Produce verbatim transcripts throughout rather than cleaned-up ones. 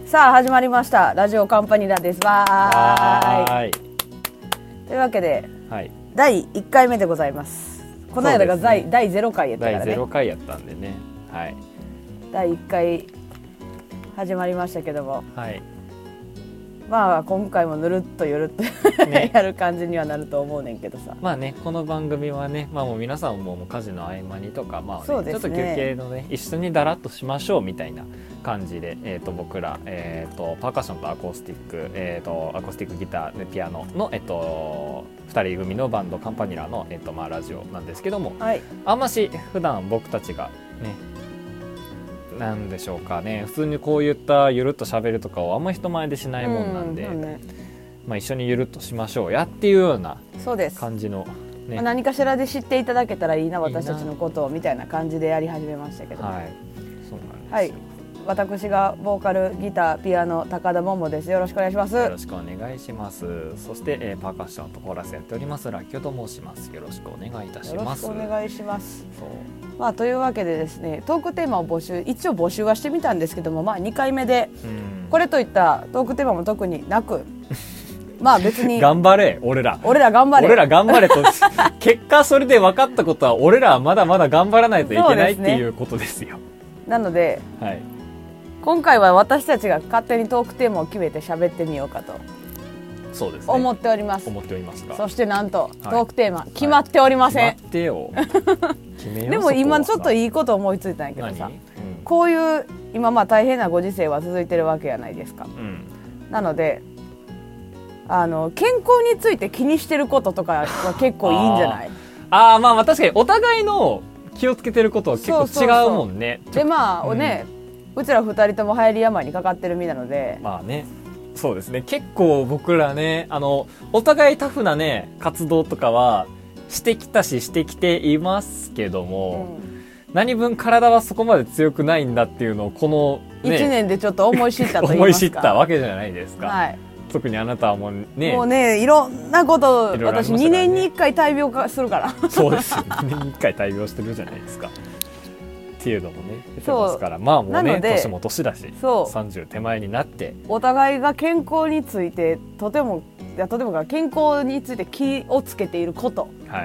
さあ始まりましたラジオカンパニラですわーいというわけで、はい、だいいっかいめでございます。この間がだい、ね、だいゼロかいやったからね。 だいゼロかいやったんでね、はい、 だいいっかい始まりましたけども、 はい、 まあ今回もぬるっとゆるっと、ね、やる感じにはなると思うねんけどさ、 まあねこの番組はね、まあ、もう皆さんももう家事の合間にとか、まあねそうですね、ちょっと休憩のね一緒にだらっとしましょうみたいな感じで、えー、と僕ら、えー、とパーカッションとアコースティック、えー、とアコースティックギターでピアノの、えー、とふたり組のバンドカンパニラの、えーとまあ、ラジオなんですけども、はい、あんまし普段僕たちがねなんでしょうかね普通にこういったゆるっと喋るとかをあんま人前でしないもんなんで、うんねまあ、一緒にゆるっとしましょうやっていうような感じの、ねまあ、何かしらで知っていただけたらいいな私たちのことをみたいな感じでやり始めましたけど、 はい、そうなんですよ、 はい私がボーカル、ギター、ピアノ、高田桃です。よろしくお願いします。 よろしくお願いします。そして、えー、パーカッションとコーラスやっておりますラッキョと申します。よろしくお願いいたします。 よろしくお願いします。そうまあというわけでですね、トークテーマを募集一応募集はしてみたんですけども、まあにかいめでこれといったトークテーマも特になく、まあ別に頑張れ俺ら俺ら頑張れ俺ら頑張れと結果それで分かったことは俺らはまだまだ頑張らないといけないっていうことですよ。 なので。はい今回は私たちが勝手にトークテーマを決めて喋ってみようかとそうですね思っております。 思っておりますか。 そしてなんと、はい、トークテーマ決まっておりません、 はい、決まってよ決めようでも今ちょっといいこと思いついたんやけどさ、うん、こういう今まあ大変なご時世は続いてるわけじゃないですか、うん、なのであの健康について気にしてることとかは結構いいんじゃないああまあまあ確かにお互いの気をつけてることは結構違うもんね。 そうそうそうでまあ、うん、ねうちらふたりとも流行り病にかかってる身なのでまあねそうですね結構僕らねあのお互いタフなね活動とかはしてきたししてきていますけども、うん、何分体はそこまで強くないんだっていうのをこの、 ね、いちねんでちょっと思い知ったと言いますか思い知ったわけじゃないですか、 はい、 特にあなたはもうねもうねいろんなことを、ね、私にねんにいっかい大病化するからそうですよにねんにいっかい大病してるじゃないですかっていうのもね出てますからまあもうね年も年だしさんじゅう手前になってお互いが健康についてとてもいやとても健康について気をつけていること、はい、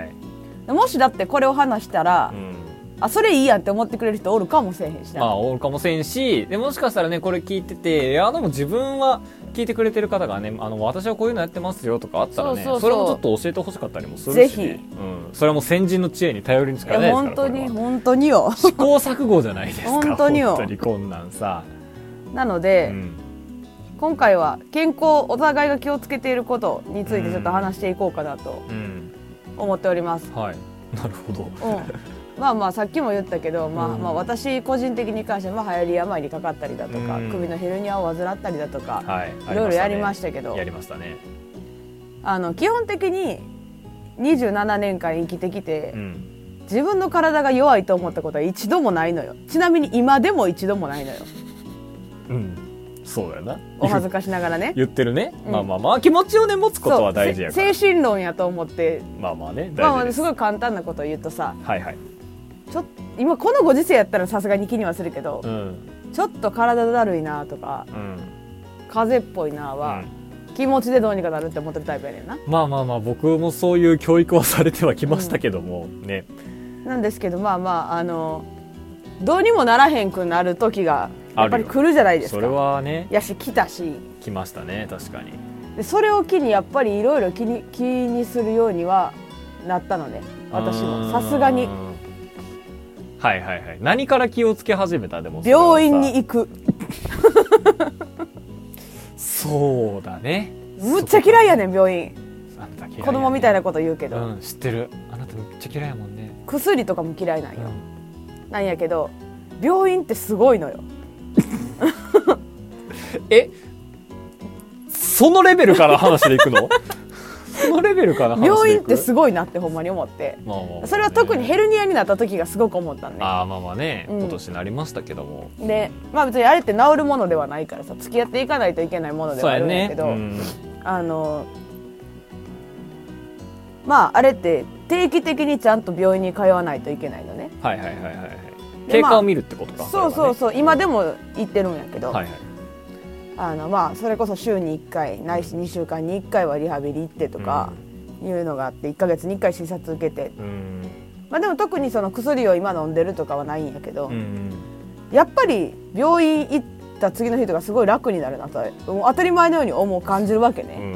もしだってこれを話したら、うん、あそれいいやんって思ってくれる人おるかもしれへんしまあおるかもしれんしでもしかしたらねこれ聞いてていやでも自分は聞いてくれてる方がねあの私はこういうのやってますよとかあったらね そ, うそうそうそれもちょっと教えてほしかったりもするし、ね、ぜひ、うん、それはもう先人の知恵に頼りにしかないですから本当に本当によ試行錯誤じゃないですか本当によ本当にこんなんさなので、うん、今回は健康お互いが気をつけていることについてちょっと話していこうかなと思っております、 うん、はいなるほど、 うんまあまあさっきも言ったけど、まあまあ私個人的に関しては流行り病にかかったりだとか、うん、首のヘルニアを患ったりだとか、はい、いろいろやりましたけど、 やりましたね。 あの基本的ににじゅうななねんかん生きてきて、うん、自分の体が弱いと思ったことは一度もないのよ。ちなみに今でも一度もないのよ。 うん、そうだよな。 お恥ずかしながらね。 言ってるね。うん、まあまあまあ気持ちをね持つことは大事やから。 精神論やと思って。 まあまあね。大事です。 まあすごい簡単なことを言うとさ。 はいはい。 ちょ今このご時世やったらさすがに気にはするけど、うん、ちょっと体だるいなとか、うん、風邪っぽいなは、うん、気持ちでどうにかなるって思ってるタイプやねんな。 まあまあまあ僕もそういう教育はされてはきましたけども、うん、ねなんですけどまあまああのどうにもならへんくなる時がやっぱり来るじゃないですか。 それはねやし来たし来ましたね確かに。 でそれを機にやっぱりいろいろ気に気にするようにはなったので私もさすがにはいはいはい。何から気をつけ始めたでも病院に行くそうだねむっちゃ嫌いやねん病院。 あんた嫌いやねん。 子供みたいなこと言うけど、 うん、知ってる。あなためっちゃ嫌いやもんね。 薬とかも嫌いなんよ、うん、なんやけど病院ってすごいのよえそのレベルから話でいくのそのレベルから話でいく病院ってすごいなってほんまに思って、まあまあまあね、それは特にヘルニアになった時がすごく思ったんで。 ああまあまあね、うん、今年なりましたけどもでまあ別にあれって治るものではないからさ付き合っていかないといけないものではあるんだけど、ねうん、あのまああれって定期的にちゃんと病院に通わないといけないのね。 はいはいはいはい経過を見るってことか、 まあ、そうそうそう、ね、今でも行ってるんやけど、はいはい、 あのまあそれこそ週にいっかいないしにしゅうかんにいっかいはリハビリ行ってとかいうのがあっていっかげつにいっかい診察受けて、うん、まあ、でも特にその薬を今飲んでるとかはないんやけど、うん、やっぱり病院行った次の日とかすごい楽になるなともう当たり前のように思う感じるわけね、うん、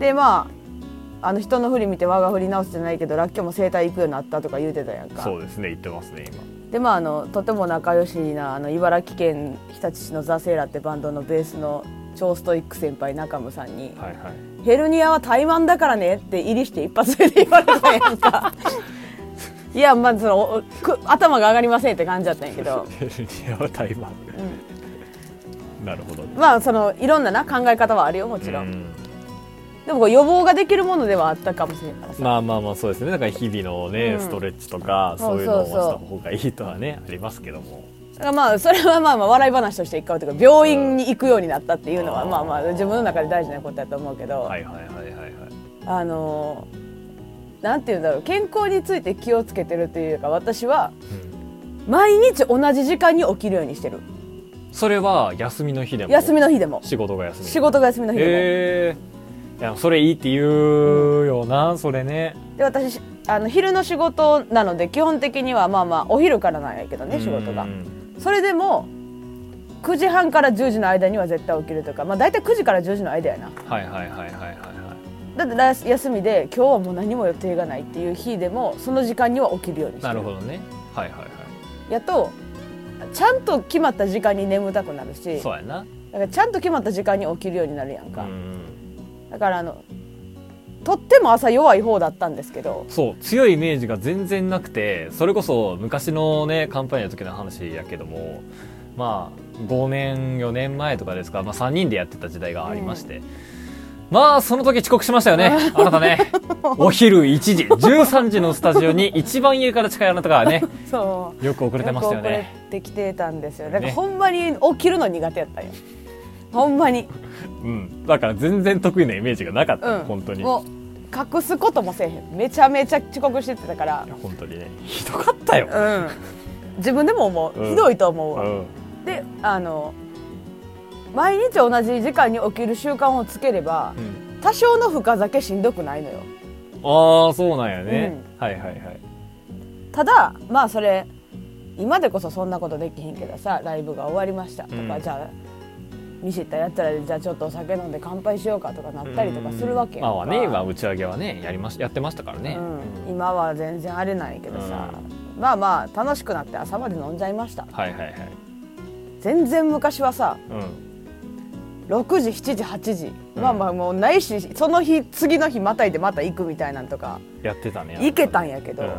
でまああの人の振り見て我が振り直すじゃないけどらっきょうも整体行くようになったとか言うてたやんか。 そうですね、言ってますね今で、まあ、あのとても仲良しなあの茨城県日立市のザ・セーラってバンドのベースの超ストイック先輩中村さんに、はいはい、ヘルニアは怠慢だからねって入りして一発目で言われたやんかいやまあその頭が上がりませんって感じだったんやけどヘルニアは怠慢、うん、なるほど、ね、 まあそのいろんなな考え方はあるよもちろん、うん、でも予防ができるものではあったかもしれないからさ。 まあまあまあそうですね。だから日々のね、うん、ストレッチとかそういうのをした方がいいとはねありますけども。 だからまあそれはまあまあ笑い話として一回というか病院に行くようになったっていうのは、うん、まあまあ自分の中で大事なことだと思うけど。はいはいはいはいはい。あのなんていうんだろう、健康について気をつけてるというか私は、うん、毎日同じ時間に起きるようにしてる。 それは休みの日でも。 休みの日でも。 仕事が休み。 仕事が休みの日でも。 へー。いやそれいいって言うよな、うん、それね。 で私あの昼の仕事なので基本的にはまあまあお昼からなんやけどね仕事が。それでもくじはんからじゅうじの間には絶対起きるとか、まあ大体くじからじゅうじの間やな。はいはいはいはいはいはい。だって休みで今日はもう何も予定がないっていう日でもその時間には起きるようにしてる。 なるほどね。はいはいはい。 やとちゃんと決まった時間に眠たくなるし。 そうやな。 だからちゃんと決まった時間に起きるようになるやんか。だからあのとっても朝弱い方だったんですけど、 そう強いイメージが全然なくて、それこそ昔のねカンパニーの時の話やけども、まあごねんよねんまえとかですか、まあ、さんにんでやってた時代がありまして、うん、まあその時遅刻しましたよねあなたねお昼いちじじゅうさんじのスタジオに一番家から近いあなたがねそうよく遅れてましたよね。 よく遅れてきてたんですよ。だから、ね、ほんまに起きるの苦手やったんよほんまに、 うん、だから全然得意なイメージがなかった、うん、本当にもう隠すこともせえへん。めちゃめちゃ遅刻してたから。 いや本当にねひどかったよ、 うん、自分でも思う、うん、ひどいと思うわ、うん、であの毎日同じ時間に起きる習慣をつければ、うん、多少の深酒しんどくないのよ。 ああそうなんやね、うん、はいはいはい。 ただまあそれ今でこそそんなことできへんけどさ、ライブが終わりましたとか、うん、じゃあ見知ったやったらじゃあちょっとお酒飲んで乾杯しようかとかなったりとかするわけやんか。 まあね今打ち上げはねやりましやってましたからね、 うん、今は全然あれないけどさ、うん、まあまあ楽しくなって朝まで飲んじゃいました。はいはいはい。全然昔はさ、うん、ろくじしちじはちじ、うん、まあまあもうないしその日次の日またいでまた行くみたいなんとかやってたね。 行けたんやけど、うん、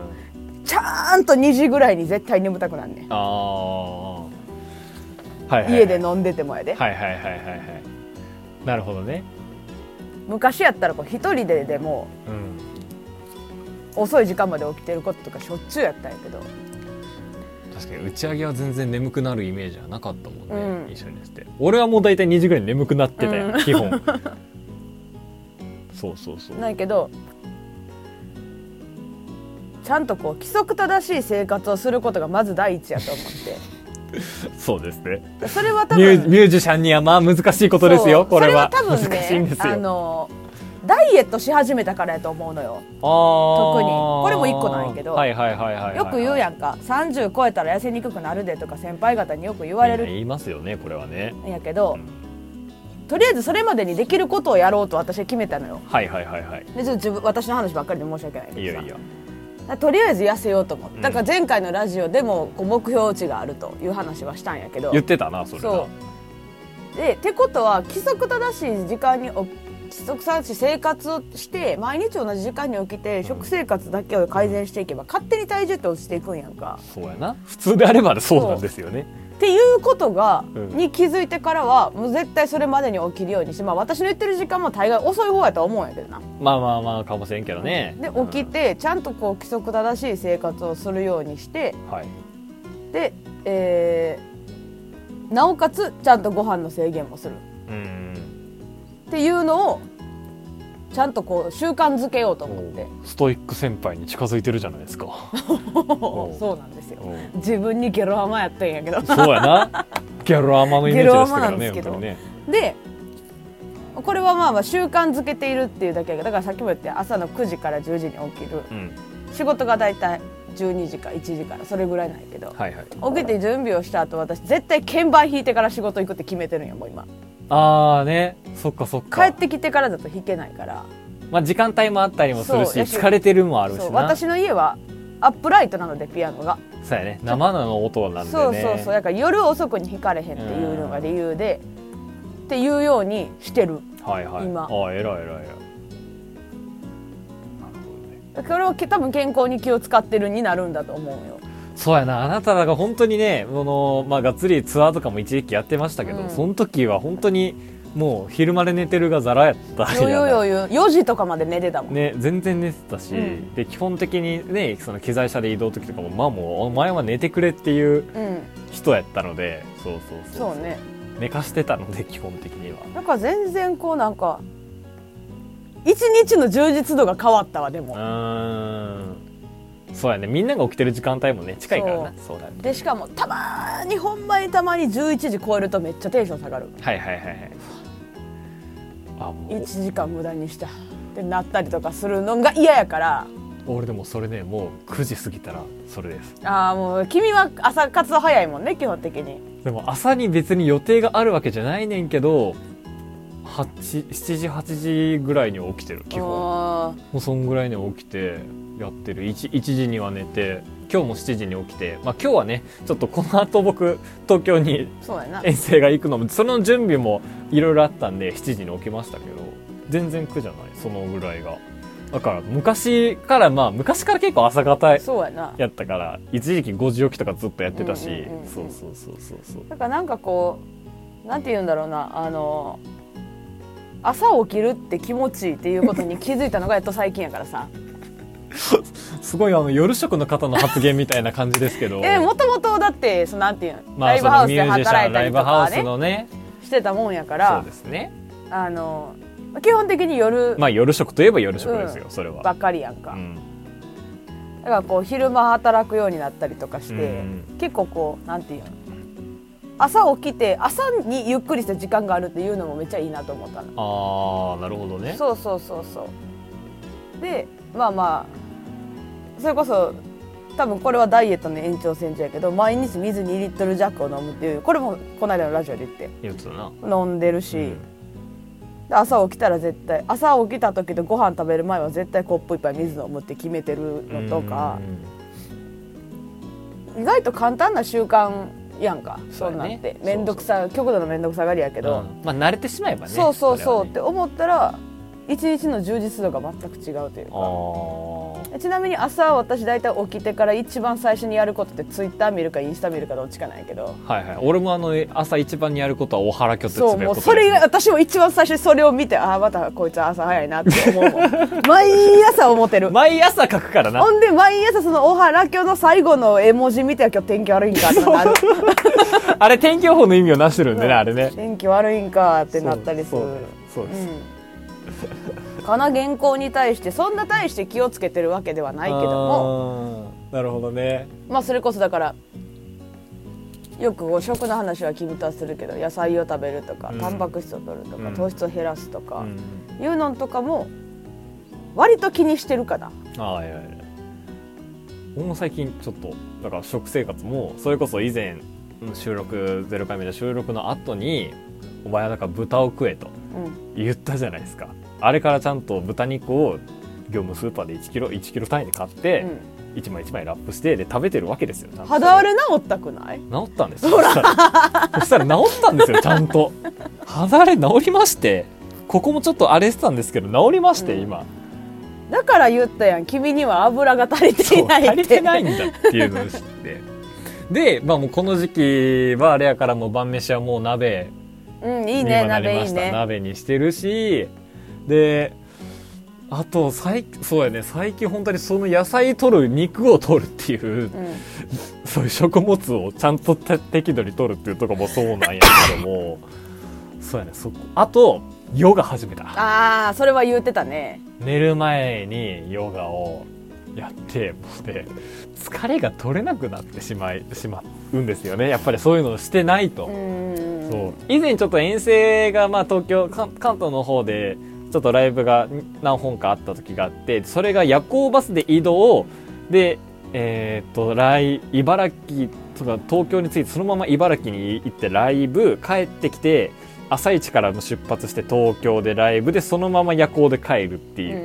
ちゃんとにじぐらいに絶対眠たくなんねん。ああはいはいはい、家で飲んでてもやで。はいはいはいはいはい。 なるほどね。 昔やったらこう一人ででも、うん、遅い時間まで起きてることとかしょっちゅうやったんやけど。 確かに打ち上げは全然眠くなるイメージはなかったもんね、うん、一緒にして。俺はもう大体にじぐらいに眠くなってたよ、うん、基本そうそうそう。 ないけどちゃんとこう規則正しい生活をすることがまず第一やと思ってそうですね。 それは多分ミュー、ミュージシャンにはまあ難しいことですよ。これは。 それは多分ね、難しいんですよ。あのダイエットし始めたからやと思うのよ。あ特にこれも一個なんやけど、はいはいはいはい、よく言うやんか。さんじゅう超えたら痩せにくくなるでとか先輩方によく言われる。 言いますよねこれはね。 やけど、うん、とりあえずそれまでにできることをやろうと私は決めたのよ。はいはいはいはい。でちょっと自分私の話ばっかりで申し訳ないけどさ。いいよいいよ。とりあえず痩せようと思って、だから前回のラジオでもこう目標値があるという話はしたんやけど、 言ってたなそれは。 そうでってことは規則正しい時間に規則正しい生活をして毎日同じ時間に起きて食生活だけを改善していけば勝手に体重って落ちていくんやんか。 そうやな、普通であればそうなんですよね。 っていうことが、うん、に気づいてからはもう絶対それまでに起きるようにして、まあ、私の言ってる時間も大概遅い方やとは思うんやけどな。 まあまあまあかもしれんけどね。 で起きてちゃんとこう規則正しい生活をするようにして、はい、で、えー、なおかつちゃんとご飯の制限もするうんっていうのをちゃんとこう習慣づけようと思って。 ストイック先輩に近づいてるじゃないですかそうなんですよ。自分にゲロアマやったんやけどそうやな、ゲロアマのイメージでしたからね。 ゲロアマなんですけど、ね、 でこれはまあまあ習慣づけているっていうだけだからさっきも言って朝のくじからじゅうじに起きる、うん、仕事がだいたいじゅうにじかいちじからそれぐらいないけど、はいはい、起きて準備をした後私絶対鍵盤弾いてから仕事行くって決めてるんよもう今。 あーね、そっかそっか。 帰ってきてからだと弾けないから、 まあ、時間帯もあったりもするし疲れてるもあるしな。 私の家はアップライトなのでピアノがそうやね、生の音なんでね。 そうそうそう、だから夜遅くに弾かれへんっていうのが理由でっていうようにしてる、はいはい、今。 あ、偉い偉い偉い。 これは多分健康に気を使ってるになるんだと思うよ。 そうやな、あなたが本当にね、この、まあ、がっつりツアーとかも一時期やってましたけど、うん、その時は本当にもう昼まで寝てるがザラやったよよよよよじとかまで寝てたもんね。全然寝てたし、うん、で基本的にねその機材車で移動時とかもまあもうお前は寝てくれっていう人やったので、うん、そうそうそうそう、そうね、寝かしてたので基本的には。 だから全然こうなんか一日の充実度が変わったわ。でもうーん、そうやね、みんなが起きてる時間帯もね近いからな。そうだね。 でしかもたまにほんまにたまにじゅういちじ超えるとめっちゃテンション下がる。 はいはいはいはい。 あ、もういちじかん無駄にしたってなったりとかするのが嫌やから。 俺でもそれね、もうくじ過ぎたらそれです。 ああ、もう君は朝活動早いもんね基本的に。 でも朝に別に予定があるわけじゃないねんけどはち、しちじはちじぐらいに起きてる基本。もうそんぐらいに起きてやってる。 1, いちじには寝て今日もしちじに起きて、まあ、今日はねちょっとこの後僕東京に遠征が行くのも そ, その準備もいろいろあったんでしちじに起きましたけど全然苦じゃないそのぐらいが。だから昔からまあ昔から結構朝方やったから一時期ごじ起きとかずっとやってたし、そうそうそうそうそう。 だからなんかこうなんて言うんだろうな、あの朝起きるって気持ちいいっていうことに気づいたのがやっと最近やからさすごいあの夜職の方の発言みたいな感じですけどえもともとだってそのなんていうの、まあ、ライブハウスで働いたりとかね、ねしてたもんやから。 そうですね、 あの基本的に夜、 まあ夜職といえば夜職ですよ、うん、それはばっかりやんか、うん、だからこう昼間働くようになったりとかして、うん、結構こうなんていうの朝起きて朝にゆっくりした時間があるっていうのもめっちゃいいなと思ったの。あーなるほどね。 そうそうそうそうでまあまあそれこそ多分これはダイエットの延長線上やけど毎日水にリットル弱を飲むっていうこれもこの間のラジオで言って言ってたな。 飲んでるし、うん朝起きたら絶対朝起きた時とご飯食べる前は絶対コップ一杯水飲むって決めてるのとか意外と簡単な習慣やんか。そんなんって面倒くさ極度の面倒くさがりやけど、 うん、まあ慣れてしまえばね。 そうそうそう、ね、って思ったら一日の充実度が全く違うというか。ちなみに朝私大体起きてから一番最初にやることってツイッター見るかインスタ見るかどっちかなんやけど、 はいはい、俺もあの朝一番にやることはおはらきょってつぶやくことです、ね、 そうもうそれ私も一番最初にそれを見てああまたこいつは朝早いなって思うもん毎朝思ってる。 毎朝書くからな。 ほんで毎朝そのおはらきょの最後の絵文字見て今日天気悪いんかってなるあれ天気予報の意味をなしてるんでね、うん、あれね天気悪いんかってなったりする。 そうです、 うん、かな原稿に対してそんな大して気をつけてるわけではないけども。 なるほどね。 まあそれこそだからよく食の話は君とはするけど野菜を食べるとか、うん、タンパク質を取るとか、うん、糖質を減らすとか、うん、いうのとかも割と気にしてるかな。 ああいやいや俺も最近ちょっとだから食生活もそれこそ以前収録ゼロかいめの収録の後にお前はだから豚を食えと言ったじゃないですか、うん、あれからちゃんと豚肉を業務スーパーでいちキロいちキロ単位で買って、うん、いちまいいちまいラップしてで食べてるわけですよ。 肌荒れ治ったくない？ 治ったんですよ。そしたらそしたら治ったんですよちゃんと肌荒れ治りまして、ここもちょっと荒れてたんですけど治りまして、うん、今だから言ったやん君には油が足りていないって。 足りてないんだっていうのを知ってで、まあ、もうこの時期はあれやからもう晩飯はもう鍋うんいいね鍋いいね鍋にしてるしであと最そうやね最近本当にその野菜取る肉を取るっていう、うん、そういう食物をちゃんと適度に取るっていうところもそうなんやけどもそうやねそこあとヨガ始めた。 ああそれは言ってたね。 寝る前にヨガをやってで疲れが取れなくなってしまいしまうんですよねやっぱりそういうのをしてないと。うんそう以前ちょっと遠征が、まあ、東京関東の方でちょっとライブが何本かあった時があって、それが夜行バスで移動で、えー、っと来茨城とか東京に着いてそのまま茨城に行ってライブ帰ってきて朝一からの出発して東京でライブでそのまま夜行で帰るっていう、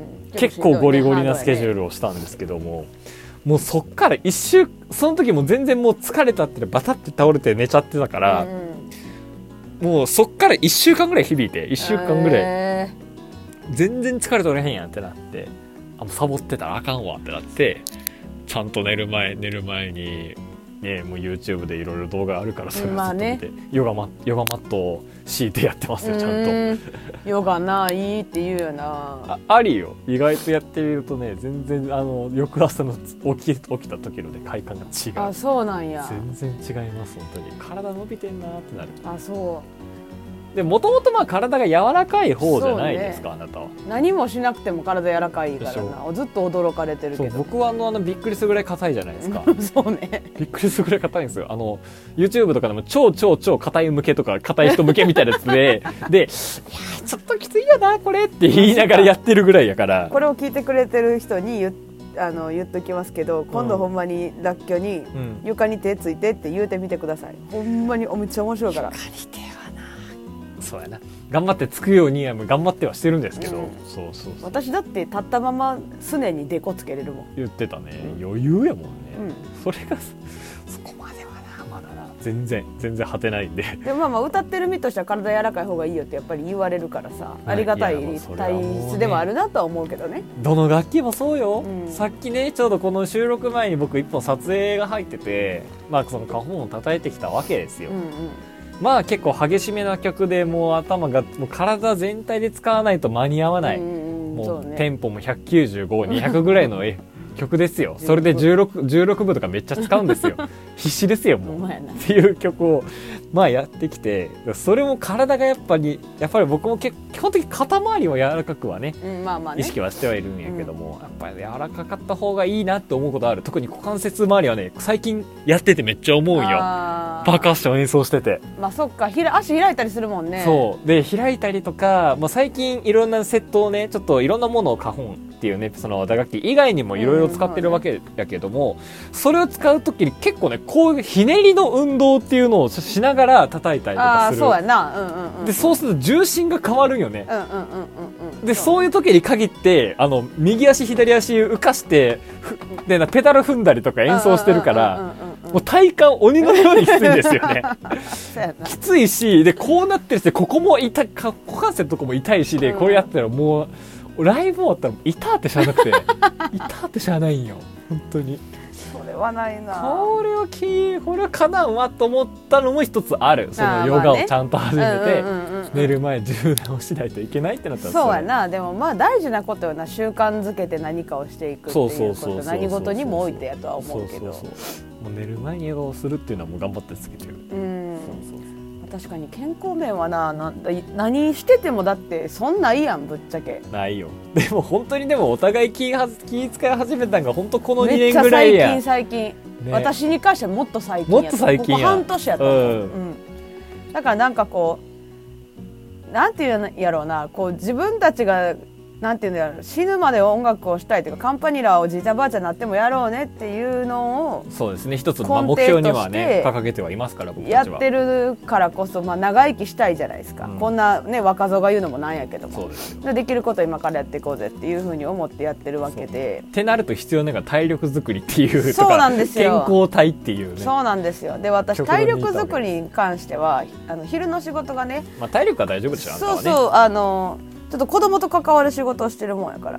う結構ゴリゴリなスケジュールをしたんですけども、もうそっから一週その時も全然もう疲れたってバタって倒れて寝ちゃってたから、うん、もうそっからいっしゅうかんぐらい響いていっしゅうかんぐらい、えー、全然疲れ取れへんやんってなって、あもうサボってたらあかんわってなって、ちゃんと寝る前寝る前にね、もう YouTube でいろいろ動画あるからそれをずっと見て、まあね、ヨガマヨガマットを敷いてやってますよちゃんと。ヨガないいって言うよな。 あ, ありよ意外とやってみるとね、全然あの翌朝の起き起きた時の、ね、快感が違う。 あそうなんや。 全然違います本当に。体伸びてんなってなる。 あそうでもともと体が柔らかい方じゃないですか、ね、あなたは。 何もしなくても体柔らかいからな。ずっと驚かれてるけど。 僕はあのあのびっくりするぐらい硬いじゃないですかそうね、 びっくりするぐらい硬いんですよ。あの YouTube とかでも超超超硬い向けとか硬い人向けみたいなやつででいやちょっときついよなこれって言いながらやってるぐらいやから。 これを聞いてくれてる人に言あの言っときますけど、今度ほんまにらっきょに床に手ついてって言うてみてください、うん、ほんまにめっちゃ面白いから。 床に手はな、そうやな、頑張ってつくように頑張ってはしてるんですけど、うん、そうそうそう。 私だって立ったまま常にデコつけれるもん。 言ってたね、うん、余裕やもんね、うん、それがそこまではな、まだな全然全然果てないんで。 でもまあまあ歌ってる身としては体柔らかい方がいいよってやっぱり言われるからさ、ありがたい体質でもあるなとは思うけどね。 どの楽器もそうよ、うん、さっきねちょうどこの収録前に僕一本撮影が入ってて、まあその花本を叩いてきたわけですよ、うんうん。まあ結構激しめな曲でもう頭がもう体全体で使わないと間に合わない、うんうん、もうテンポもひゃくきゅうじゅうご、にひゃくぐらいの曲ですよ。それでじゅうろく、じゅうろくぶとかめっちゃ使うんですよ必死ですよもうっていう曲をまあやってきて、それも体がやっぱりやっぱり僕も基本的に肩周りは柔らかくはね、うんまあまあね、意識はしてはいるんやけども、うん、やっぱり柔らかかった方がいいなって思うことある。特に股関節周りはね最近やっててめっちゃ思うんよ。パーカッション演奏してて、 まあそっか、ひら足開いたりするもんね。 そうで開いたりとか、まあ、最近いろんなセットをねちょっといろんなものを花本っていうねその打楽器以外にもいろいろ使ってるわけやけども、うん、それを使うときに結構ねこういうひねりの運動っていうのをしながら叩いたりとかする。 あそうやな、うんうんうん、 でそうすると重心が変わるんよね。でそういう時に限ってあの右足左足浮かしてでなペダル踏んだりとか演奏してるからもう体幹鬼のようにきついんですよねきついしでこうなってるしここも痛い股関節とかも痛いしでこうやったらもうライブ終わったら痛ってしゃあなくて痛ってしゃあないんよ本当に。 それはないな。 これはきこれはかなうわと思ったのも一つある。そのヨガをちゃんと始めて寝る前柔軟をしないといけないってなったらそうやな。でもまあ大事なことよな、習慣づけて何かをしていくっていうこと、何事にもおいてやとは思うけど、もう寝る前にヨガをするっていうのはもう頑張ってつけてる。うんそうそうそう。 確かに健康面はな、な何しててもだってそんないやんぶっちゃけ。 ないよ。でも本当にでもお互い気は気使い始めたのが本当このにねんぐらいや。 めっちゃ最近最近、ね、私に関してはもっと最近やった。 もっと最近や。 ここ半年やった、うんうん、だからなんかこうなんていうんやろうな、こう自分たちがなんていうんだろう、死ぬまで音楽をしたいというかカンパニラをじいちゃんばあちゃんになってもやろうねっていうのをそうですね一つの目標にはね掲げてはいますから僕たちはやってるからこそ、まあ、長生きしたいじゃないですか、うん、こんなね若造が言うのもなんやけども、そうですよ。で、できること今からやっていこうぜっていうふうに思ってやってるわけで、 ってなると必要なのが体力作りっていうとか、 そうなんですよ、 健康体っていうね。 そうなんですよ。で私体力作りに関してはあの昼の仕事がね、 まあ、体力は大丈夫でしょ。 そうそう、あのちょっと子供と関わる仕事をしてるもんやから、うん、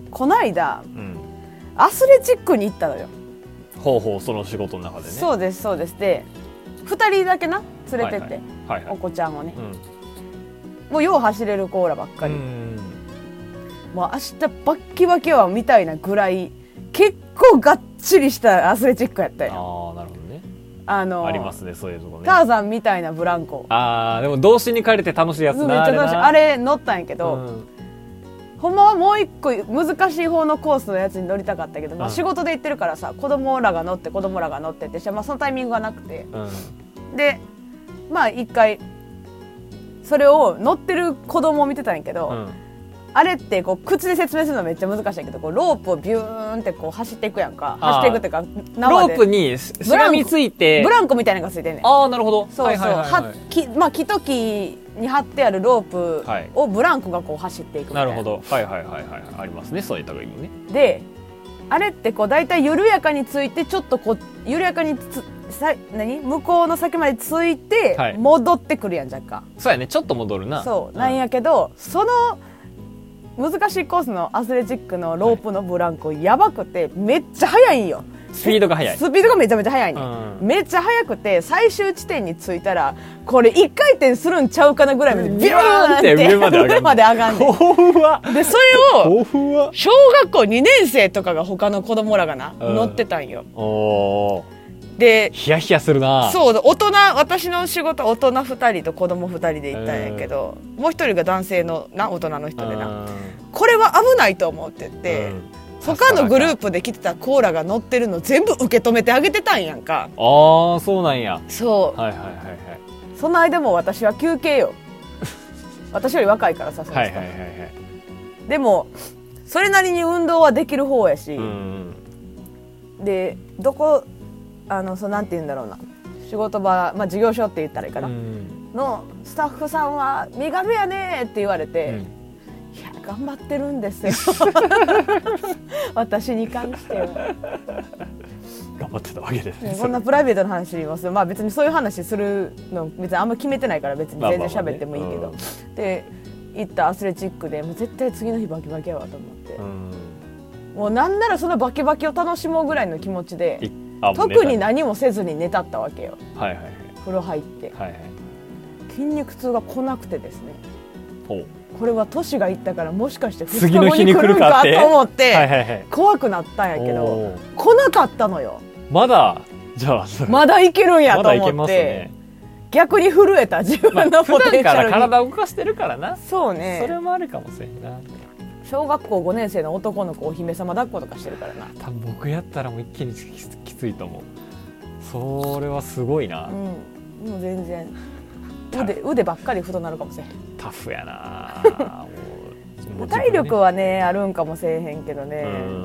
こないだ、うん、アスレチックに行ったのよ。 ほうほう、その仕事の中でね。 そうですそうです。でふたりだけな連れてって、はいはいはいはい、お子ちゃんをね、うん、もうよう走れるコーラばっかり、うん、もう明日バッキバキはみたいなぐらい結構がっちりしたアスレチックやったよ。 ああ、なるほどね。 あのー、 ありますねそういうとこね。 ターザンみたいなブランコ。 ああ、でも童心に帰れて楽しいやつな。 めっちゃ楽しい。あれ乗ったんやけど、うん、ほんまはもう一個難しい方のコースのやつに乗りたかったけど、まあ、仕事で行ってるからさ、子供らが乗って子供らが乗ってって、まあ、そのタイミングがなくて、うん、でまあ一回それを乗ってる子供を見てたんやけど、うん、あれってこう口で説明するのめっちゃ難しいんやけど、こうロープをビューンってこう走っていくやんか。走っていくっていうかロープにしがみついてブランコみたいなのがついてんねん。 ああなるほど。 そうそう、はいはいはいはい、はきまあ木と木に張ってあるロープをブランコがこう走っていくみたいな。 なるほど。はいはいはいはい、ありますね、そういった類もね。 であれってこうだいたい緩やかについてちょっとこう緩やかにつさ何向こうの先までついて戻ってくるやん、若干、はい、 そうやね、ちょっと戻るな。 そうなんやけど、うん、その難しいコースのアスレチックのロープのブランコ、はい、やばくてめっちゃ速いんよ。 スピードが速い。 スピードがめちゃめちゃ速いね、うん、めっちゃ速くて最終地点に着いたらこれ一回転するんちゃうかなぐらいまでビューンって上まで上がんねん。でそれを小学校にねん生とかが他の子供らがな、うん、乗ってたんよ。おでヒヤヒヤするな。 そう大人、私の仕事大人ふたりと子供ふたりで行ったんやけど、うん、もう一人が男性のな大人の人でな、うん、これは危ないと思ってって、うん他のグループで来てたコーラが乗ってるの全部受け止めてあげてたんやんか。 ああそうなんや。 そうはいはいはいはい。その間も私は休憩よ私より若いからさ、その人、はいはいはいはい、でもそれなりに運動はできる方やし、うん、でどこあのそうなんて言うんだろうな、仕事場、まあ、事業所って言ったらいいかな、うん、のスタッフさんは身軽やねって言われて、うんいや頑張ってるんですよ私に関しては頑張ってたわけですね。 こんなプライベートの話言いますよ。まあ別にそういう話するの別にあんま決めてないから別に全然喋ってもいいけど、まあまあまあねうん、で行ったアスレチックでもう絶対次の日バキバキやわと思って、うん、もうなんならそのバキバキを楽しもうぐらいの気持ちで特に何もせずに寝たったわけよ、はいはいはい、風呂入って、はいはい、筋肉痛が来なくてですね、ほうこれは年がいったからもしかしてふつかごに来るんかと思って怖くなったんやけど来なかったのよ。 まだじゃあまだいけるんやと思って、ね、逆に震えた自分のポテンシャルに、 まあ、普段から体動かしてるからな。 そうね、 それもあるかもしれんな。 小学校ごねん生の男の子お姫様抱っことかしてるからな。 多分僕やったらもう一気にきついと思う。それはすごいな、 うん、もう全然腕, 腕ばっかり太なるかもしれん。 タフやなもう体力はねあるんかもしれへんけどね。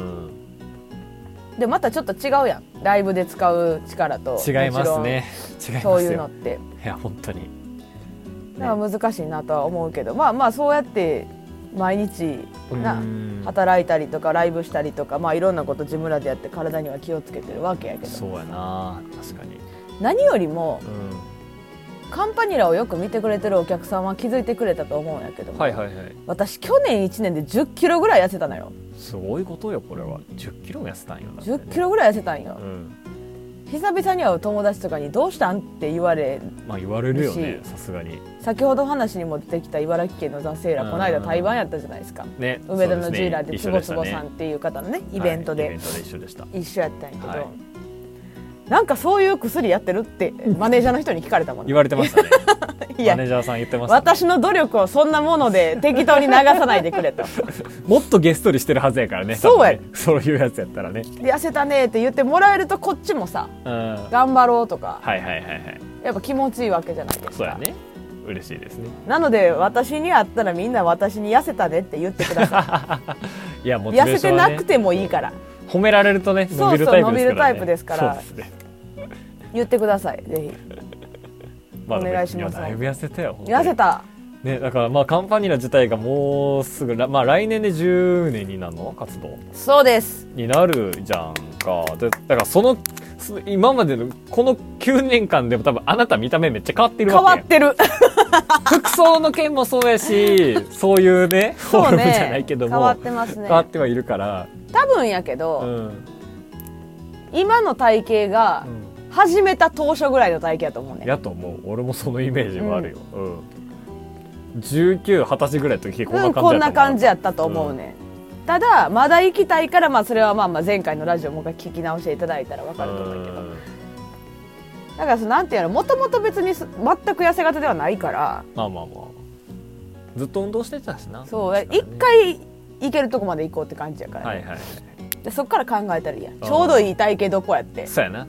でもまたちょっと違うやん、ライブで使う力と。 違いますね。違いますよそういうのって。 いや本当にだから難しいなとは思うけど、まあまあそうやって毎日な働いたりとかライブしたりとか、まあいろんなこと自分らでやって体には気をつけてるわけやけど。 そうやな、確かに。 何よりも、うん、カンパニラをよく見てくれてるお客さんは気づいてくれたと思うんやけども、はいはいはい、私去年いちねんでじゅっキロぐらい痩せたのよ。 すごいことよこれは。じゅっキロも痩せたんよ、ね、 じゅっキロぐらい痩せたんよ、うん、久々に会う友達とかにどうしたんって言われるし、 まあ言われるよね、さすがに。 先ほど話にも出てきた茨城県のザ・セーラ、この間対バンやったじゃないですか、ね、梅田のジーラでつぼつぼさんっていう方のねイベントで、はい、イベントで一緒でした。一緒やったんやけど、はい、なんかそういう薬やってるってマネージャーの人に聞かれたもんね。 言われてましたねいやマネージャーさん言ってました、ね、 私の努力をそんなもので適当に流さないでくれともっとげっそりしてるはずやからね。そうや、ね、そういうやつやったらね。 痩せたねって言ってもらえるとこっちもさ、うん、頑張ろうとか、 はいはいはいはい、 やっぱ気持ちいいわけじゃないですか。 そうやね、嬉しいですね。 なので私に会ったらみんな私に痩せたねって言ってくださいいやモチベーションはね、痩せてなくてもいいから。 褒められるとね伸びるタイプですからね。そうそう伸びるタイプですから、そうですね、 言ってくださいぜひお願いします。 だいぶ痩せたよ。 痩せたね、だからまあカンパニラ自体がもうすぐ、まあ、来年でじゅうねんになるの活動そうですになるじゃんか。でだからその今までのこのきゅうねんかんでも多分あなた見た目めっちゃ変わってるわけ。 変わってる服装の件もそうやしそういうねフォルムじゃないけども変わってますね。 変わってはいるから多分やけど、うん、今の体型が、うん始めた当初ぐらいの体型やと思うね。 やと思う。俺もそのイメージもあるよ、うんうん、じゅうきゅう、はたちぐらいの時こんな感じやった、うん、こんな感じやったと思うね、うん、ただまだ行きたいから、まあ、それはまあまあ前回のラジオもう一回聞き直していただいたら分かると思うけど、だからそのなんていうの、もともと別に全く痩せ型ではないから、 まあまあまあずっと運動してたしな。 そう一、ね、回行けるとこまで行こうって感じやから、ね、はいはいはい、でそっから考えたらいいや。ちょうどいい体型どこやって。 そうやな、 うん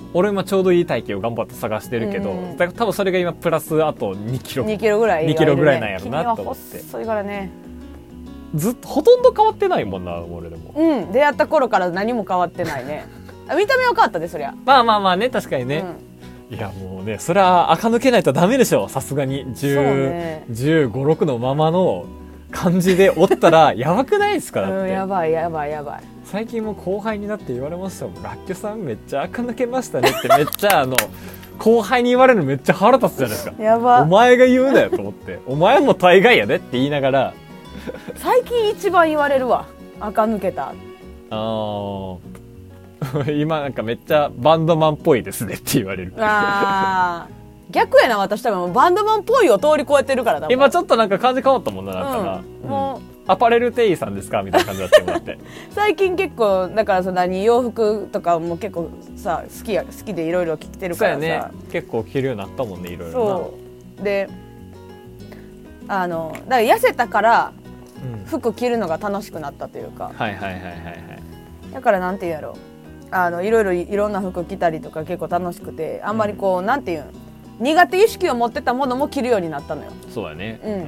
俺今ちょうどいい体型を頑張って探してるけど、うん、多分それが今プラスあとにキロにキロぐらい、ね、 にキロぐらいなんやろなと思って。 君は細いからね。 ずっとほとんど変わってないもんな俺でも。 うん出会った頃から何も変わってないね。見た目は変わったでそりゃ。 まあまあまあね確かにね、うん、いやもうねそれは垢抜けないとダメでしょさすがにじゅう、ね、じゅうご、ろくのままの感じでおったらやばくないですかだって、 うん、やばいやばいやばい。 最近も後輩になって言われましたもん。ラッキョさんめっちゃ垢抜けましたねってめっちゃあの後輩に言われるのめっちゃ腹立つじゃないですか。 やば。 お前が言うなよと思ってお前も大概やでって言いながら最近一番言われるわ垢抜けた。 あ今なんかめっちゃバンドマンっぽいですねって言われる。 あ逆やな私多分バンドマンっぽいを通り越えてるからだ。 今ちょっとなんか感じ変わったもんななんかな、うん、もうアパレル店員さんですかみたいな感じになってもらって最近結構だからさ何洋服とかも結構さ好きや好きでいろいろ着てるからさ。そうやね結構着るようになったもんねいろいろな。 そうであのだから痩せたから服着るのが楽しくなったというか、 うん、はいはいはいはいはいだからなんていうんやろあのいろいろいろんな服着たりとか結構楽しくてあんまりこう、うん、なんていうん苦手意識を持ってたものも着るようになったのよ。 そうやね、 うんうん、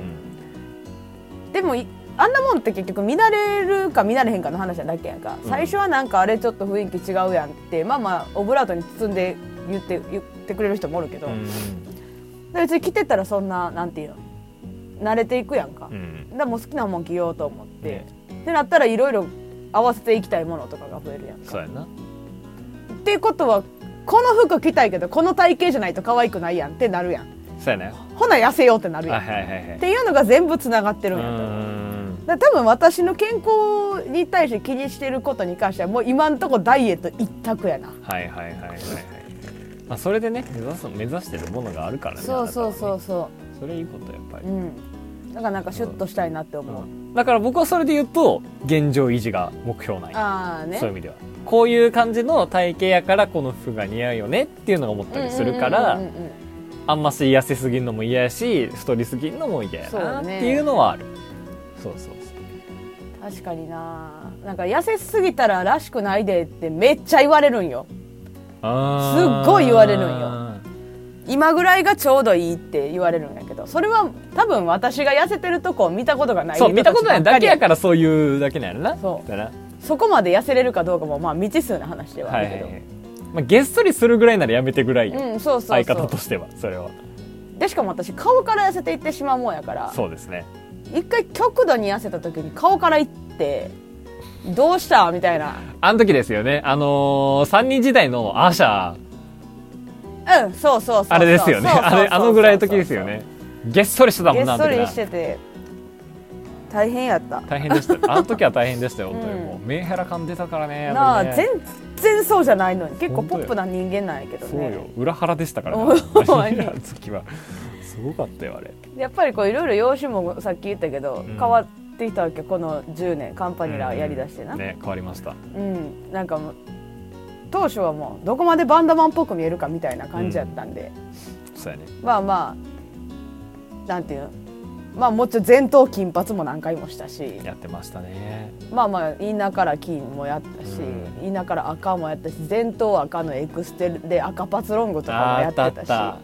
でもあんなもんって結局乱れるか乱れへんかの話だけやんか、うん、最初はなんかあれちょっと雰囲気違うやんってまあまあオブラートに包んで言って言ってくれる人もおるけど、うん、別に着てたらそんななんていうの慣れていくやんか、うん、だからもう好きなもん着ようと思って、ね、ってなったらいろいろ合わせていきたいものとかが増えるやんか。 そうやなっていうことはこの服着たいけどこの体型じゃないと可愛くないやんってなるやん。 そうやねほな痩せようってなるやん、 はいはいはいはい、 っていうのが全部つながってるんやと思う。だから多分私の健康に対して気にしてることに関してはもう今んとこダイエット一択やな。 はいはいはいはいはい、まあ、それでね目指す目指してるものがあるからね。 そうそうそうそう、 それいいことやっぱり、うん、 だからなんかシュッとしたいなって思う、うん、 だから僕はそれで言うと現状維持が目標なんや。あ、ね、そういう意味ではこういう感じの体型やからこの服が似合うよねっていうのが思ったりするからあんまし痩せすぎるのも嫌やし太りすぎるのも嫌やなっていうのはある。そうそうそう確かにな。なんか痩せすぎたららしくないでってめっちゃ言われるんよ。あすっごい言われるんよ。今ぐらいがちょうどいいって言われるんやけどそれは多分私が痩せてるとこを見たことがない。 そう見たことないだけやからそういうだけなんやろな。 そうそこまで痩せれるかどうかもまあ未知数な話ではあるけど、はいはいはい、 まあ、げっそりするぐらいならやめてぐらいよ、 うん、そうそうそう相方としてはそれは。 でしかも私顔から痩せていってしまうもんやから。 そうですね一回極度に痩せた時に顔からいってどうしたみたいなあの時ですよね。あのー、さんにん時代のアーシャーうんそうそうそうあれですよね。あれあのぐらいの時ですよね。げっそりしてたもんな。 げっそりしてて大変やった。 大変でした。あの時は大変でしたよ本当に、うん、もうメンヘラ感出たからね。 なあ、ね、全然そうじゃないのに結構ポップな人間なんやけどね。 そうよ裏腹でしたからね。あの時はすごかったよあれ。 やっぱりこういろいろ容姿もさっき言ったけど、うん、変わってきたわけこのじゅうねんカンパニラやりだしてな、 うん、ね変わりました。 うんなんかもう当初はもうどこまでバンドマンっぽく見えるかみたいな感じやったんで、 うん、そうやね。 まあまあなんていうのまあもちろん前頭金髪も何回もしたしやってましたね。まあまあインナーカラー金もやったし、うん、インナーカラー赤もやったし前頭赤のエクステで赤パツロングとかもやってたし。あったあった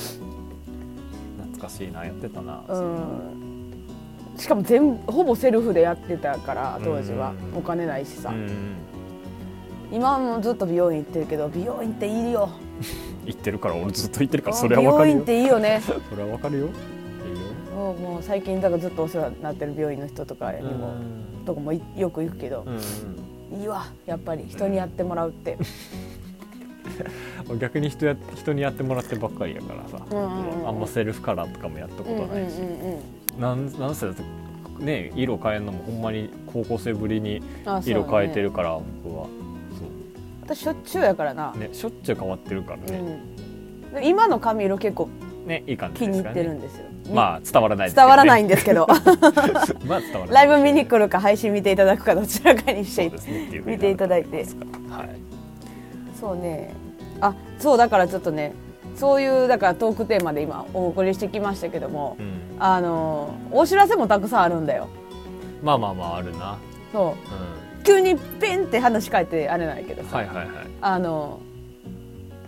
懐かしいなやってたな、 うん、しかも全ほぼセルフでやってたから当時は、うん、お金ないしさ、うん、今もずっと美容院行ってるけど美容院っていいよ行ってるから俺ずっと行ってるからそれは分かるよ。 美容院っていいよねそれは分かるよ。いいよもう最近だからずっとお世話になってる病院の人とかにもとかもよく行くけど、うん、いいわやっぱり人にやってもらうって逆に 人, や人にやってもらってばっかりやからさ、うんうんうん、あんまセルフカラーとかもやったことないし、うんうんうんうん、なんなんせね色変えるのもほんまに高校生ぶりに色変えてるから、ね、僕はそう私しょっちゅうやからな、 ね、しょっちゅう変わってるからね、 うん、今の髪色結構ね、いい感じ気に入ってるんですよ。 まあ伝わらないですけど、ね、 伝わらないんですけどまあ伝わらない。ライブ見に来るか配信見ていただくかどちらかにして、ね、見ていただいて、はい、そうね。あ、そうだからちょっとね、そういうだからトークテーマで今お送りしてきましたけども、うん、あのお知らせもたくさんあるんだよ。 まあまあまああるな。 そう。うん、急にペンって話変えてあれないけどさ、 はいはいはい、 あの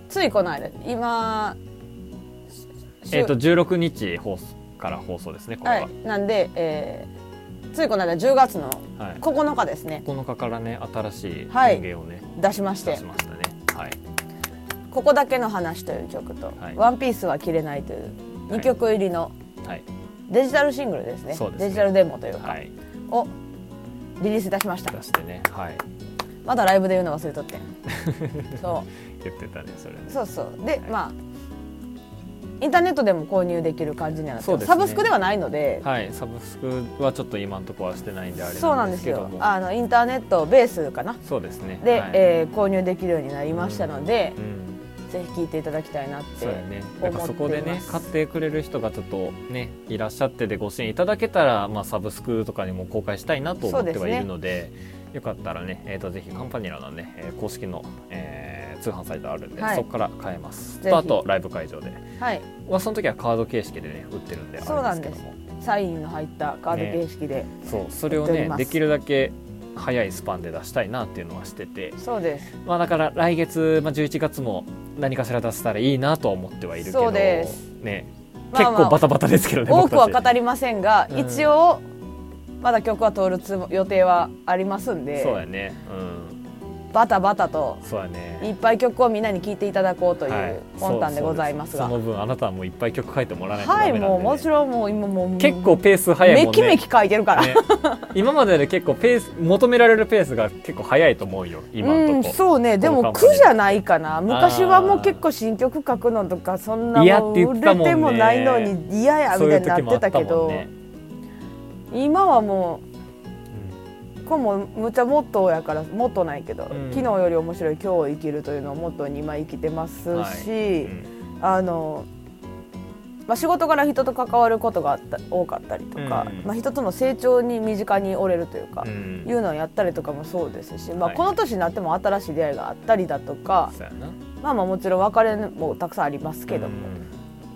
ついこの間今えっとじゅうろくにち放送から放送ですねこれは、はい、 なんで、えー、ついこの間じゅうがつのここのかですね、 はい、ここのかからね新しい音源をね、 はい、出しまして出しましたね、はい、 ここだけの話という曲と、はい、ワンピースは切れないというにきょく入りのデジタルシングルですね、はい、デジタルデモというか、はい、をリリースいたしました。 出してね、はい、まだライブで言うの忘れとってんそう言ってたねそれね。 そうそうで、はい、まあインターネットでも購入できる感じにはなってます、ね、サブスクではないので、 はい、サブスクはちょっと今のところはしてないんであれなんですけども、 そうなんですよ、あのインターネットベースかな、 そうですねで、 はい、 えー、購入できるようになりましたので、うんうん、ぜひ聴いていただきたいなって思っています。そうやね、 やっぱそこでね買ってくれる人がちょっとねいらっしゃってでご支援いただけたら、まあ、サブスクとかにも公開したいなと思ってはいるの で, で、よかったらね、えー、とぜひカンパニラのね公式の、えー通販サイトあるんで、はい、そこから買えます。とあとライブ会場で、はい、その時はカード形式でね売ってるんで、 そうなんです。サインの入ったカード形式で、ね、 そうそれをねできるだけ早いスパンで出したいなっていうのはしてて、 そうです。 まあだから来月、まあ、じゅういちがつも何かしら出せたらいいなとは思ってはいるけど、 そうですね、結構バタバタですけどね、 まあまあ、多くは語りませんが、うん、一応まだ曲は通るつも予定はありますんで、 そうやね、うんバタバタといっぱい曲をみんなに聴いていただこうという魂胆でございますが、 はい、そ, そ, その分あなたはもういっぱい曲書いてもらわないとダメなんで、ね、 はい、もうもちろんもう今もう結構ペース早いもんね。 めきめき書いてるから、ね、 今までで結構ペース求められるペースが結構早いと思うよ今のとこ、 うん、そうね。でも苦じゃないかな。昔はもう結構新曲書くのとかそんなもう売れてもないのに嫌やみたいになってたけど、ね、今はもうこれもむちゃモットーやからモットーないけど、うん、昨日より面白い今日を生きるというのをモットーに今生きてますし、はい、うん、あのまあ、仕事から人と関わることがあった多かったりとか、うん、まあ、人との成長に身近に折れるというか、うん、いうのをやったりとかもそうですし、まあ、この年になっても新しい出会いがあったりだとか、はい、まあ、まあもちろん別れもたくさんありますけども、うん、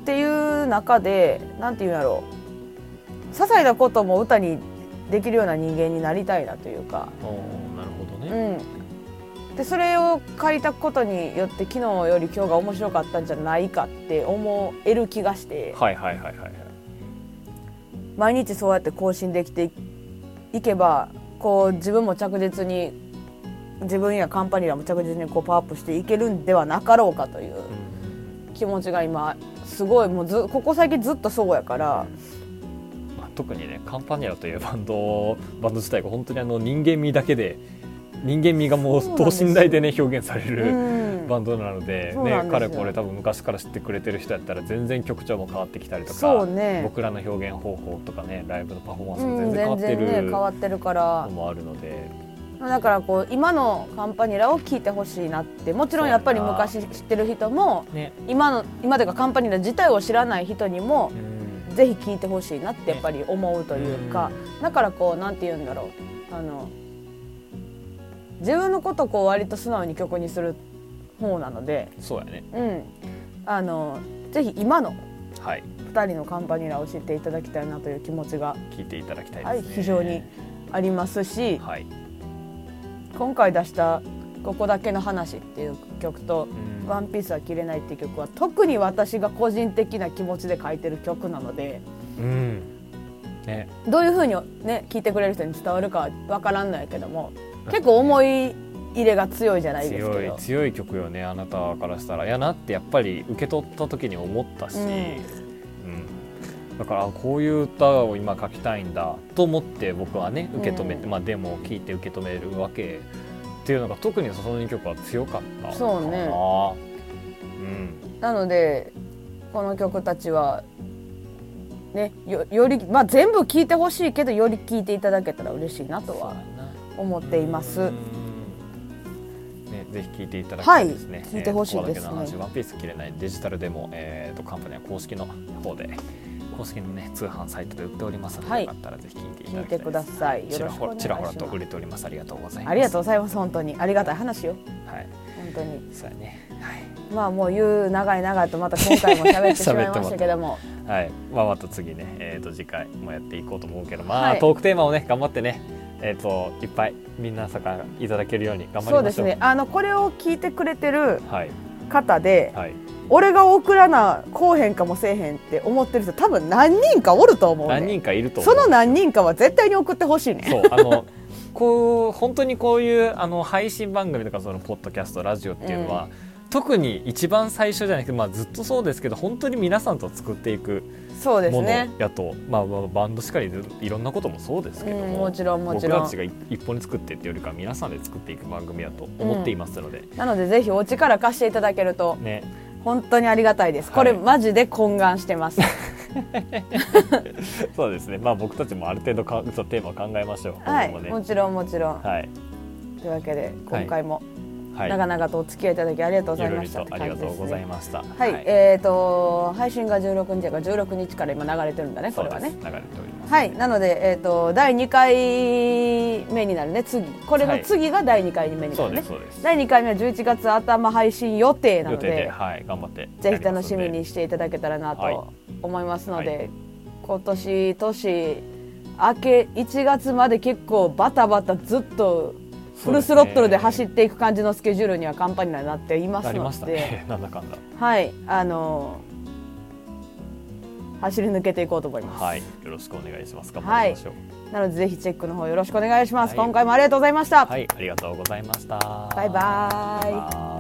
っていう中でなんていうんやろう、些細なことも歌にできるような人間になりたいなというか、 なるほどね、 うん、でそれを書いたことによって昨日より今日が面白かったんじゃないかって思える気がして、 はいはいはいはいはい、 毎日そうやって更新できていけばこう自分も着実に自分やカンパニラも着実にこうパワーアップしていけるんではなかろうかという気持ちが今すごいもうずここ最近ずっとそうやから、 まあ、特にねカンパニラというバンドバンド自体が本当にあの人間味だけで人間味がもう等身大でね表現される、うん、バンドなので、ね、彼これ多分昔から知ってくれてる人やったら全然曲調も変わってきたりとか、ね、僕らの表現方法とかねライブのパフォーマンスも全然変わってる、うん、全然ね、変わってるからのもあるので、 だからこう今のカンパニラを聴いてほしいなって、もちろんやっぱり昔知ってる人も、ね、今の今というかカンパニラ自体を知らない人にも、うん、ぜひ聴いてほしいなってやっぱり思うというか、ね、うん、だからこうなんて言うんだろう、あの自分のことをこう割と素直に曲にする方なので、 そうやね、 うん、あのぜひ今のふたりのカンパニラを知っていただきたいなという気持ちが聞いていただきたいですね、 はい、非常にありますし、 はい、 今回出した「ここだけの話」っていう曲と「ワンピースは切れない」っていう曲は特に私が個人的な気持ちで書いてる曲なので、 うんね、 どういう風にね聞いてくれる人に伝わるかは分からんないけども、結構思い入れが強いじゃないですけど、 強い強い曲よね、あなたからしたら。やなってやっぱり受け取った時に思ったし、うんうん、だからこういう歌を今書きたいんだと思って僕はね受け止めて、うん、まあ、デモを聴いて受け止めるわけっていうのが特にそのにきょくは強かったかな。 そうね、うん、なのでこの曲たちはね、よ, より、まあ、全部聴いてほしいけどより聴いていただけたら嬉しいなとは思っています。ね、 ぜひ聴いていただきたいですね。 聴、えー、いてほしいですね。 ワンピース切れないデジタルでも、えー、とカンパニー公式の方で公式の、ね、通販サイトで売っておりますので、はい、よかったらぜひ聴いていただきたいです、ね。 聴いてください。 よろしくお願いします。ちらほらと売れております。ありがとうございます。 ありがとうございます。本当にありがたい話よ。 はい。 本当に。 そうやね。はい。 まあもう言う長い長いとまた今回も喋ってしまいましたけども。 はい。まあまた次ね、えっ、ー、と次回もやっていこうと思うけど、まあ、はい、トークテーマをね頑張ってね。えー、といっぱい皆さんからいただけるように頑張りましょう。 そうですね、あのこれを聞いてくれてる方で、 はい、 俺が送らなこうへんかもせえへんって思ってる人多分何人かおると思うね。 何人かいると思う。 その何人かは絶対に送ってほしいね。 そうあのこう本当にこういうあの配信番組とかそのポッドキャストラジオっていうのは、うん、特に一番最初じゃなくて、まあ、ずっとそうですけど本当に皆さんと作っていくものやと、ね、まあ、バンドしかりいろんなこともそうですけども、うん、 もちろんもちろん僕たちが一本に作ってっていうよりか皆さんで作っていく番組やと思っていますので、 うん、なのでぜひお力貸していただけると、ね、本当にありがたいです。これ、はい、マジで懇願してますそうですね、まあ、僕たちもある程度かテーマ考えましょう。 はい、もちろんもちろん、 はい、 というわけで今回も、 はい、 長々とお付き合いいただきありがとうございました。 ありがとうございました。 はい、はい、えーと配信がじゅうろくにちからじゅうろくにちから今流れてるんだね、これはね。 流れております。 はい、なので、えーとだいにかいめになるね、次。これの次がだいにかいめになるね。だいにかいめはじゅういちがつ頭配信予定なので、 予定で、はい、頑張ってぜひ楽しみにしていただけたらなと思いますので、はい、今年年明けいちがつまで結構バタバタずっとフルスロットルで走っていく感じのスケジュールにはカンパニーになっていますので、 ね、なんだかんだ、 はい、あのー、走り抜けていこうと思います。 はい、よろしくお願いします。頑張りましょう。 はい、なのでぜひチェックの方よろしくお願いします。はい、今回もありがとうございました。 はい、ありがとうございました。 バイバーイ。